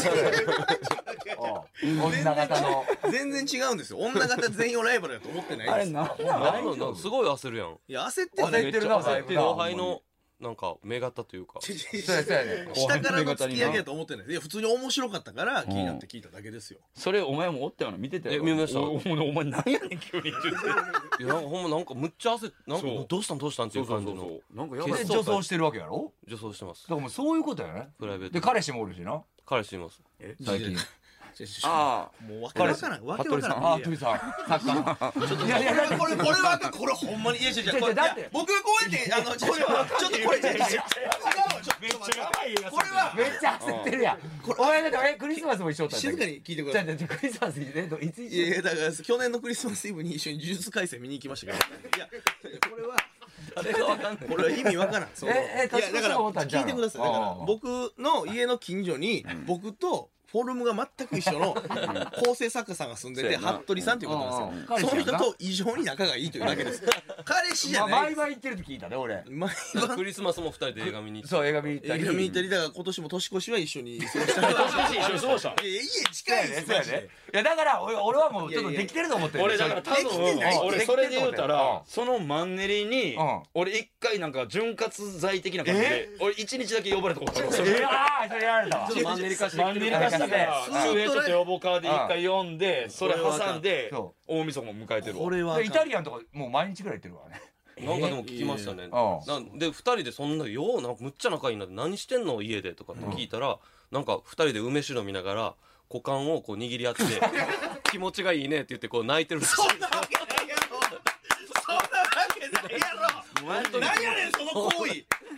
S8: 女型の
S5: 全然違うんですよ女方全員をライバルだと思ってないです
S4: あれなん
S7: なんなんなんすごい焦るやん
S5: いや焦ってはない
S8: 焦ってるなだいぶな
S7: 後輩のなんか目型というか
S5: ちち
S8: そうやそうやね
S5: 下からの突き上げやと思ってないいや普通に面白かったから気になって聞いただけですよ
S4: それお前もおったよな見てたよ
S7: え見ました
S4: おおお前何やねん急に言って
S7: いやなんかほんまなんかむっちゃ焦ってなんか
S4: そう
S7: どうしたんどうしたんっていう感じの
S4: なんかや
S8: で
S4: ばい
S8: 女装してるわけやろ
S7: 女装してます
S8: だからもうそういうことやね
S7: プライベート
S8: で彼氏もおるしな
S7: 彼氏います
S8: 最近
S4: あ
S5: もうわけわからんわけわからん
S8: あ鳥さんサッカーいやいや
S5: いやこれこれはこれほんまにいやいやいやこれ
S8: だって
S5: いや僕がこうやってあのちょっとちょっとこれ違う違う違う違うちょっと待ってこれは
S8: めっちゃ焦ってるやんお前だってえクリスマスも一緒だった
S5: 静かに聞いてください
S8: じゃあじゃあクリスマスにねいつ
S5: いやいやだから去年のクリスマスイブに一緒に呪術廻戦見に行きましたけどいやこれは
S7: 誰がわかんない
S5: これは意味わからんその
S8: ええ
S5: いやだから
S8: 年越しのことはじゃあ
S5: 聞いてくださいだから
S8: ああ
S5: 僕の家の近所に僕とフォルムが全く一緒の構成作家さんが住んでて
S4: そうやな
S5: 服部さんということなんですよその人と異常に仲がいいというだけです彼氏じゃない
S8: 毎晩行ってると聞いたね俺
S5: 毎晩
S7: クリスマスも二人で映画見に行って
S8: そう映画見に行った
S5: 映
S8: り
S5: 画見に行ったりだから今年も年越しは一緒に過ごしたりとか
S4: 一緒に過ごした
S5: いや家
S8: そう
S5: 近いです
S8: やねそうやねいやだから俺俺はもうちょっとできてると思ってる
S4: 俺だから多
S5: できてない
S4: 分俺それで言うた
S8: うん
S4: らそのマンネリに
S8: うん
S4: 俺一回なんか潤滑剤的な感じで俺一日だけ呼ばれたことあるそれ
S8: えああそれやられたわ
S7: ちょっとマンネリ化して
S4: マンネリ化したから
S5: うん
S4: 周平ちょっと予防カーで一回読んでそれ挟んで
S8: そ
S4: 大晦日も迎えてるわ
S5: これは
S8: でイタリアンとかもう毎日ぐらい行ってるからね
S7: なんかでも聞きましたね
S8: うん
S7: なんでふたりでそんなようなんかむっちゃ仲いいなって何してんの家でとかって聞いたらなんかふたりで梅酒飲みながら股間をこう握り合って気持ちがいいねって言ってこう泣いてるらしい
S5: そんなわけないやろそんなわけないやろ何やねんその行為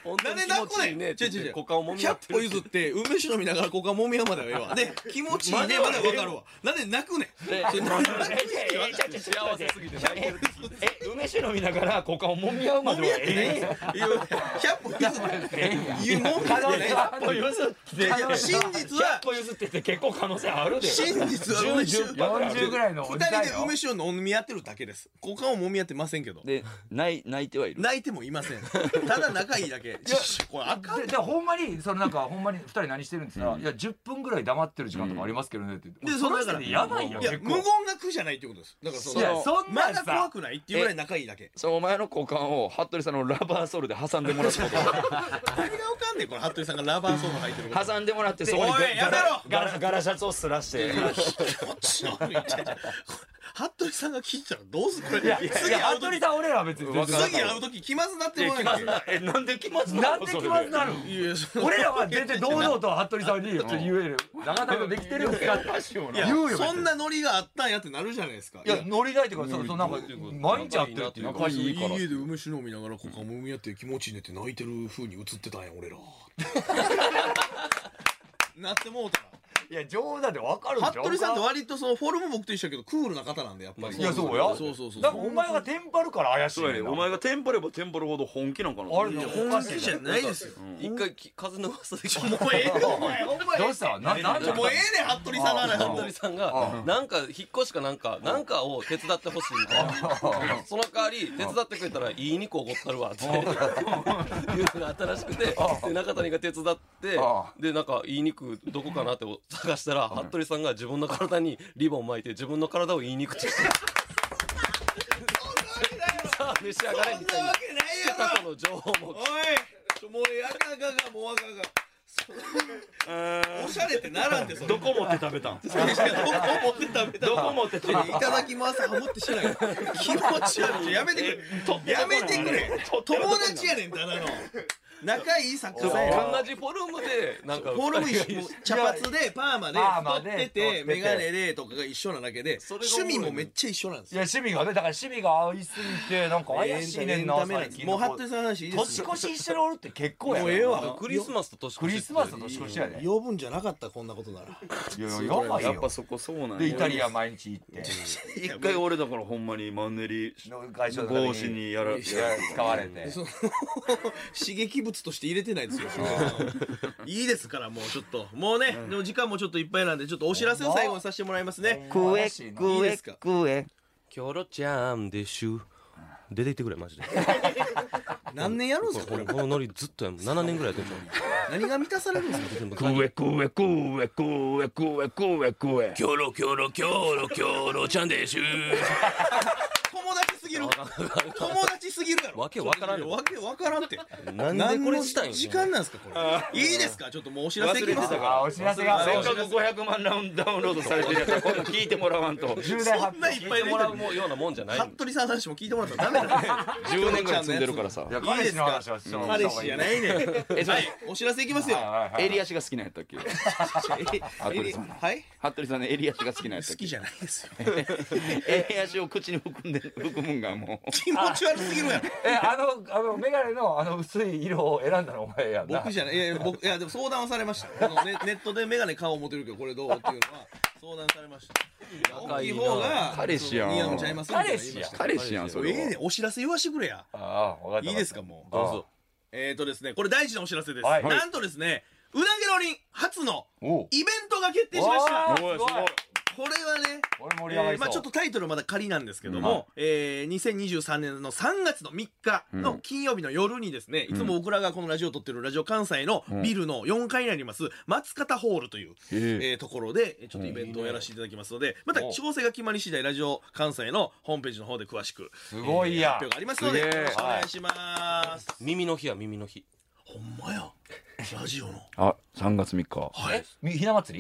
S7: 本当に気
S5: なんで泣くねん
S7: 持ちいいねって言って股間をもみ
S5: ひゃっぽ
S7: 合ってる
S5: 譲って梅酒飲みながら股間もみ合うまではええわで気持ちいいねまでは分かるわなんで泣くねんそれなんで
S7: 幸せすぎて泣いてる
S4: え梅酒飲みながら股間をもみ合うまではええ
S5: ひゃっぽ譲って言うもんじゃない
S4: ひゃっぽ譲って
S5: いや真実は
S4: ひゃっぽ譲ってって結構可能性あるで
S5: 真実は梅酒
S6: よんじゅうぐらいのお
S5: 二人で
S6: じさんよ
S5: 梅酒を飲み合ってるだけです股間をもみ合ってませんけど
S4: で泣い泣いてはいる
S5: 泣いてもいませんただ仲いいだけこれあかん
S6: ででほんまにそのなんかほんまにふたり何してるんですか、いやじゅっぷんぐらい黙ってる時間とかありますけどねって
S5: で
S6: その時
S5: だから
S6: 点でやばいよ
S5: いや
S6: 結構
S5: 無言が苦じゃないってことですだからその
S6: いやそんなんさ
S5: まだ怖くないっていうぐらい仲いいだけ
S4: そのお前の股間を服部さんのラバーソールで挟んでもらうこと
S5: 誰がわかんねんこの服部さんがラバーソード履いてること
S4: 挟んでもらってそこに
S5: おいやめろ
S4: ガラガラシャツをすらして
S5: こっちの方に行っちゃう服部さんが聞いたらどうするこれ
S6: いや
S5: 次
S6: いや
S5: 会う時
S6: 服部さん俺らは別に全然
S5: 次会う時気まずなってもらえ
S4: 気まずなえなんで気まずなの
S6: なんで気まずなる
S5: いやその
S6: 俺らは全然堂々と服部さんにちょっと言える長田君できてるんですかって
S5: いや
S6: 言うよ
S5: そんなノリがあったんやってなるじゃないですか
S6: いや乗りないというかそのなんか毎日会ってるっていうか
S4: 仲いいから
S5: 家で梅酒飲みながら股間もみ合って気持ちいいねって泣いてる風に映ってたんや俺らなってもうたら
S6: いや冗談でわかるでしょ
S5: 服部さんって割とそのフォルム僕と一緒やけどクールな方なんでやっぱり
S6: いやそうや
S5: そうそうそう
S6: だからお前がテンパるから怪しい
S4: そうやね
S6: ねんな
S4: お前がテンパればテンパるほど本気なんかな
S6: あれ
S5: いや本気じゃないですよ
S7: 一回き風の噂で聞い
S5: もうええよお前ほんまええ
S6: どうしたななんで
S5: もうええねん服部さんの話も
S7: 服部さんがなんか引っ越しかなんかなんかを手伝ってほしいみたいなその代わり手伝ってくれたらいい肉おごったるわっていうのがあったらしくてで中谷が手伝ってでなんかいい肉どこかなって探したら服部さんが自分の体にリボン巻いて自分の体をいい肉としてさあ召し上がれみたいな
S5: そんなわけない
S7: してたとの情報も
S5: おいちょもうええあかんあかんあかんもうあかんあかんおしゃれってならんでそれ
S4: どこ持って食べたん
S5: どこ持って食べた
S4: どこ持って食べたん
S5: いただきますハモってしない気持ち悪いやめてくれやめてくれ友達やねんただの仲いい作家さんや
S7: 同じフォルムでなんか
S5: フォルム一緒
S7: 二人が一緒
S5: 茶髪でパーマで
S6: パーマで
S5: 太っててメガネでとかが一緒なだけで
S7: それが
S5: 趣味もめっちゃ一緒なんです
S6: いや趣味がねだから趣味が合いすぎてなんか怪しいねんな
S5: エンタメなんですもう服部
S6: 最
S5: さんの話いいです
S6: 近年越し一緒におるって結構や
S5: もうええわ
S7: クリスマスと年越し
S6: クリスマスと年越しやで
S5: 呼ぶんじゃなかったこんなことなら
S6: いやいややばいよ
S4: やっぱそこそうなんや
S6: でイタリア毎日行って
S4: 一回俺だからほんまにマンネリ
S6: の会社の時
S4: 帽子にやら
S6: いや使われて
S5: その刺激物として入れてないですよいいですからもうちょっともうねでも時間もちょっといっぱいなんでちょっとお知らせを最後にさせてもらいますね
S6: 食え
S5: いいですか
S4: 食え
S7: キョロちゃんでしゅ出てきてくれマジで
S5: 何年やるんですかこれ
S7: このノリずっとやもんななねんぐらいやってる
S5: 何が満たされるんですか
S4: 食え食え食え食え食え食え食え
S7: キョロキョロキョロキョロちゃんでしゅ
S5: 友達すぎる友達すぎるやろ
S7: わけわからんよ
S5: わけわからんって
S7: なんでこれしたいん
S5: 何の時間なんですかこれいいですかちょっともうお知らせいきます
S4: 忘れてた
S6: あお知らせが
S4: せっかくごひゃくまんラウンダウンロードされてるやつはこういうの聞いてもらわんと
S6: 重大発
S5: そんないっぱい出て
S7: 聞いてもらうもようなもんじゃない
S5: 服部さんの話も聞いてもらったらダメだね
S4: じゅうねんぐらい積んでるからさ
S6: いや彼氏の話はしょ
S5: 彼氏じゃないね
S4: えそれ
S5: はいお知らせいきますよ
S4: 襟足が好きなんやったっけ服部さん
S5: はい
S4: 服部さんの襟足が好きなんやったっけ
S5: 好きじゃないですよ
S4: 襟足を口に含んで含むんがもう
S5: 気持ち悪すぎるやろ
S6: えあのあのメガネのあの薄い色を選んだのお前やんな
S5: 僕じゃないいやいや僕いやでも相談はされましたあのネネットでメガネ顔を持てるけどこれどうっていうのは相談されました大きい方が
S4: 彼氏やん
S5: 似合うんちゃいますみたいな言いました
S4: 彼氏やんそれは
S5: ええねんお知らせ言わしてくれや
S6: ああ分かった
S5: いいですかもう
S6: どうぞ
S5: えーとですねこれ大事なお知らせです、
S6: はい
S5: なんとですねうなげろりん初の
S6: おう
S5: イベントが決定しました
S6: わあ
S4: すごいすごい
S5: これはね
S6: これ盛り上がりそう、
S5: えーまあ、ちょっとタイトルまだ仮なんですけども、えーにせんにじゅうさんねんのさんがつのみっかの金曜日の夜にですね、いつも僕らがこのラジオを撮ってるラジオ関西のビルのよんかいにあります松方ホールという、えーところでちょっとイベントをやらせていただきますので、また詳細が決まり次第ラジオ関西のホームページの方で詳しく
S6: すごいや
S5: 発表がありますのでよ
S4: すげえ
S5: ろしくお願いします、
S7: 耳の日や耳の日
S5: ほんまやラジオの
S4: あさんがつみっか
S5: はい
S6: みひな祭り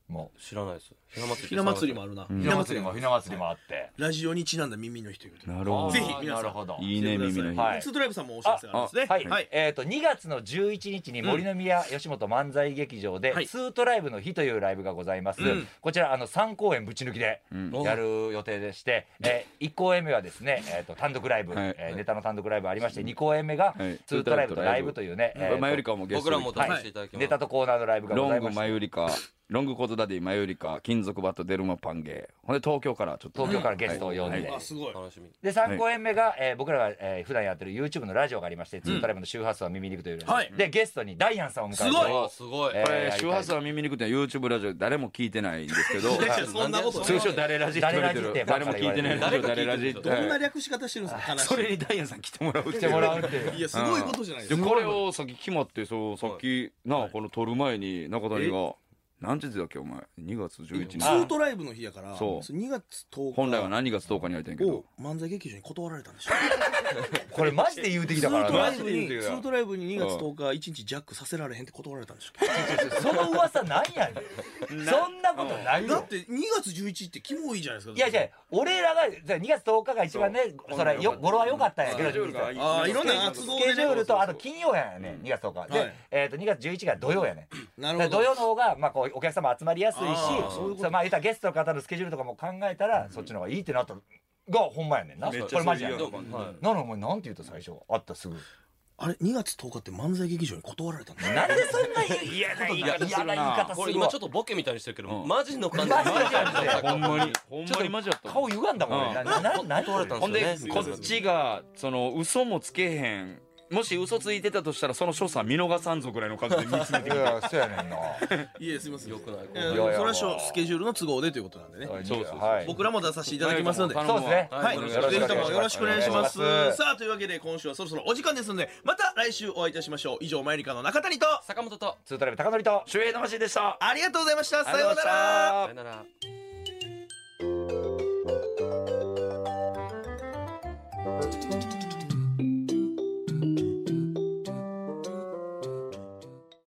S8: も
S7: 知らないです。ひな祭り。
S2: ひな祭りもあるな。
S8: うひな祭りもひな祭りもあって
S2: ラジオにちなんだ耳の日ということで。
S4: なるほど。
S2: ぜひ皆さん
S8: なるほど
S4: いいね、耳の日。
S8: はい
S2: ツートライブさんもお知らせがあるんですね。
S8: はい、
S2: はい。
S8: えっ、とにがつのじゅういちにちに森の宮吉本漫才劇場で、
S2: はい
S8: ツートライブの日というライブがございます、
S2: うん
S8: こちらあのさんこうえんぶち抜きでやる予定でして、えー、いっこうえんめはですね、えー、と単独ライブ、
S4: はい
S8: えーネタの単独ライブありまして、にこうえんめが
S4: はい
S8: ツートライブとライブというね、えーと
S4: マユリカもゲスト
S7: 僕らも出
S4: で来た
S7: させていただきます。
S8: ネタとコーナーのライブがご
S4: ロング
S8: ざいまして、
S4: マユリカ、ロングコートダディマユリカ、金属バットデルマパンゲー、ほんで東京からちょっと
S8: 東京からゲストを呼んで、
S4: はい
S2: あ、すごい。
S7: 楽しみ。
S8: でさんこうえんめが、えー僕らが、えー普段やってる YouTube のラジオがありまして、ツートライブの周波数は耳にくというラジオ、
S2: はい
S8: でゲストにダイアンさんを迎えて
S2: すごい
S7: あ、すごい。
S8: えー
S4: これ
S8: やりたい
S4: 周波数は耳にくって YouTube ラジオ誰も聞いてないんですけど、
S2: いやそんなことない
S4: 通称誰ラジって言われてる、誰も聞いてないラジオ誰ラジって、
S2: どんな略し方してるんですか。話
S4: それにダイアンさん来てもらうっていう
S8: 来てもらうっていう
S2: いやすごいことじゃないですか。
S4: でこれをさっき決まってそうさっきなこの撮る前に中谷が何時だっけお前にがつじゅういちにち
S2: ツートライブの日やから、
S4: そう
S2: にがつとおか
S4: 本来は何がつとおかにやりたいんやけど
S2: を漫才劇場に断られたんでしょ。
S8: これマジで言うてき
S2: ツ
S8: たからな
S2: ートライブに
S4: マジで言うてきた
S2: ツートライブににがつとおか一日ジャックさせられへんって断られたんでしょ。
S8: その噂なんやねんそんなことないよ
S2: だってにがつじゅういちってキモいじゃないですか。
S8: いやいや俺らがにがつとおかが一番ねそれよ語呂は良かったんやけど
S4: スケジュールがいい
S2: ああいろんな都合でね
S8: スケジュールとあと金曜やねにがつとおか
S2: はい
S8: でえっとにがつじゅういちが土曜やね
S2: なるほど。
S8: だから土曜の方がまあこうお客様集まりやすいし
S2: あーそういうこと
S8: そうまあ言ったらゲストの方のスケジュールとかも考えたらそっちの方がいいってなったがほんまやねんな
S4: めっちゃ
S8: これマジやねん
S4: それいいや
S7: はい。
S8: なのお前なんて言った最初会ったすぐ
S2: あれにがつとおかって漫才劇場に断られたんだ。
S8: なんでそんな嫌な言い方嫌な言い方するわ
S7: これ今ちょっとボケみたいにしてるけど、
S4: うん
S7: マジの感じ
S8: マジの感じで
S4: ほんまにほんまにマジだった
S8: 顔歪んだもん
S4: うん
S8: 俺ななな
S7: 断られたん
S4: ほん
S7: ですよね。
S4: でこっちがその嘘もつけへん、もし嘘ついてたとしたらその所作見逃さんぞぐらいの数で見つめて
S8: いやそうやねんな。
S2: いえすみません。
S7: よくない。
S2: いや
S8: いやいや
S2: それはしょスケジュールの都合でということなんでね。
S4: そうそうそう
S8: はい。
S2: 僕らも出させていただきますので。
S4: 頼むわ
S8: そうですね。
S2: はい、
S7: よろ
S2: ぜひともよろしくお願いします。
S8: お願いします
S2: さあというわけで今週はそろそろお時間ですのでまた来週お会いいたしましょう。以上マユリカの中谷と
S7: 坂本と
S8: ツートライブ高則と
S4: 周平魂でした。
S2: ありがとうございました。さような
S4: ありがとうございました
S2: ら。
S7: さよなら。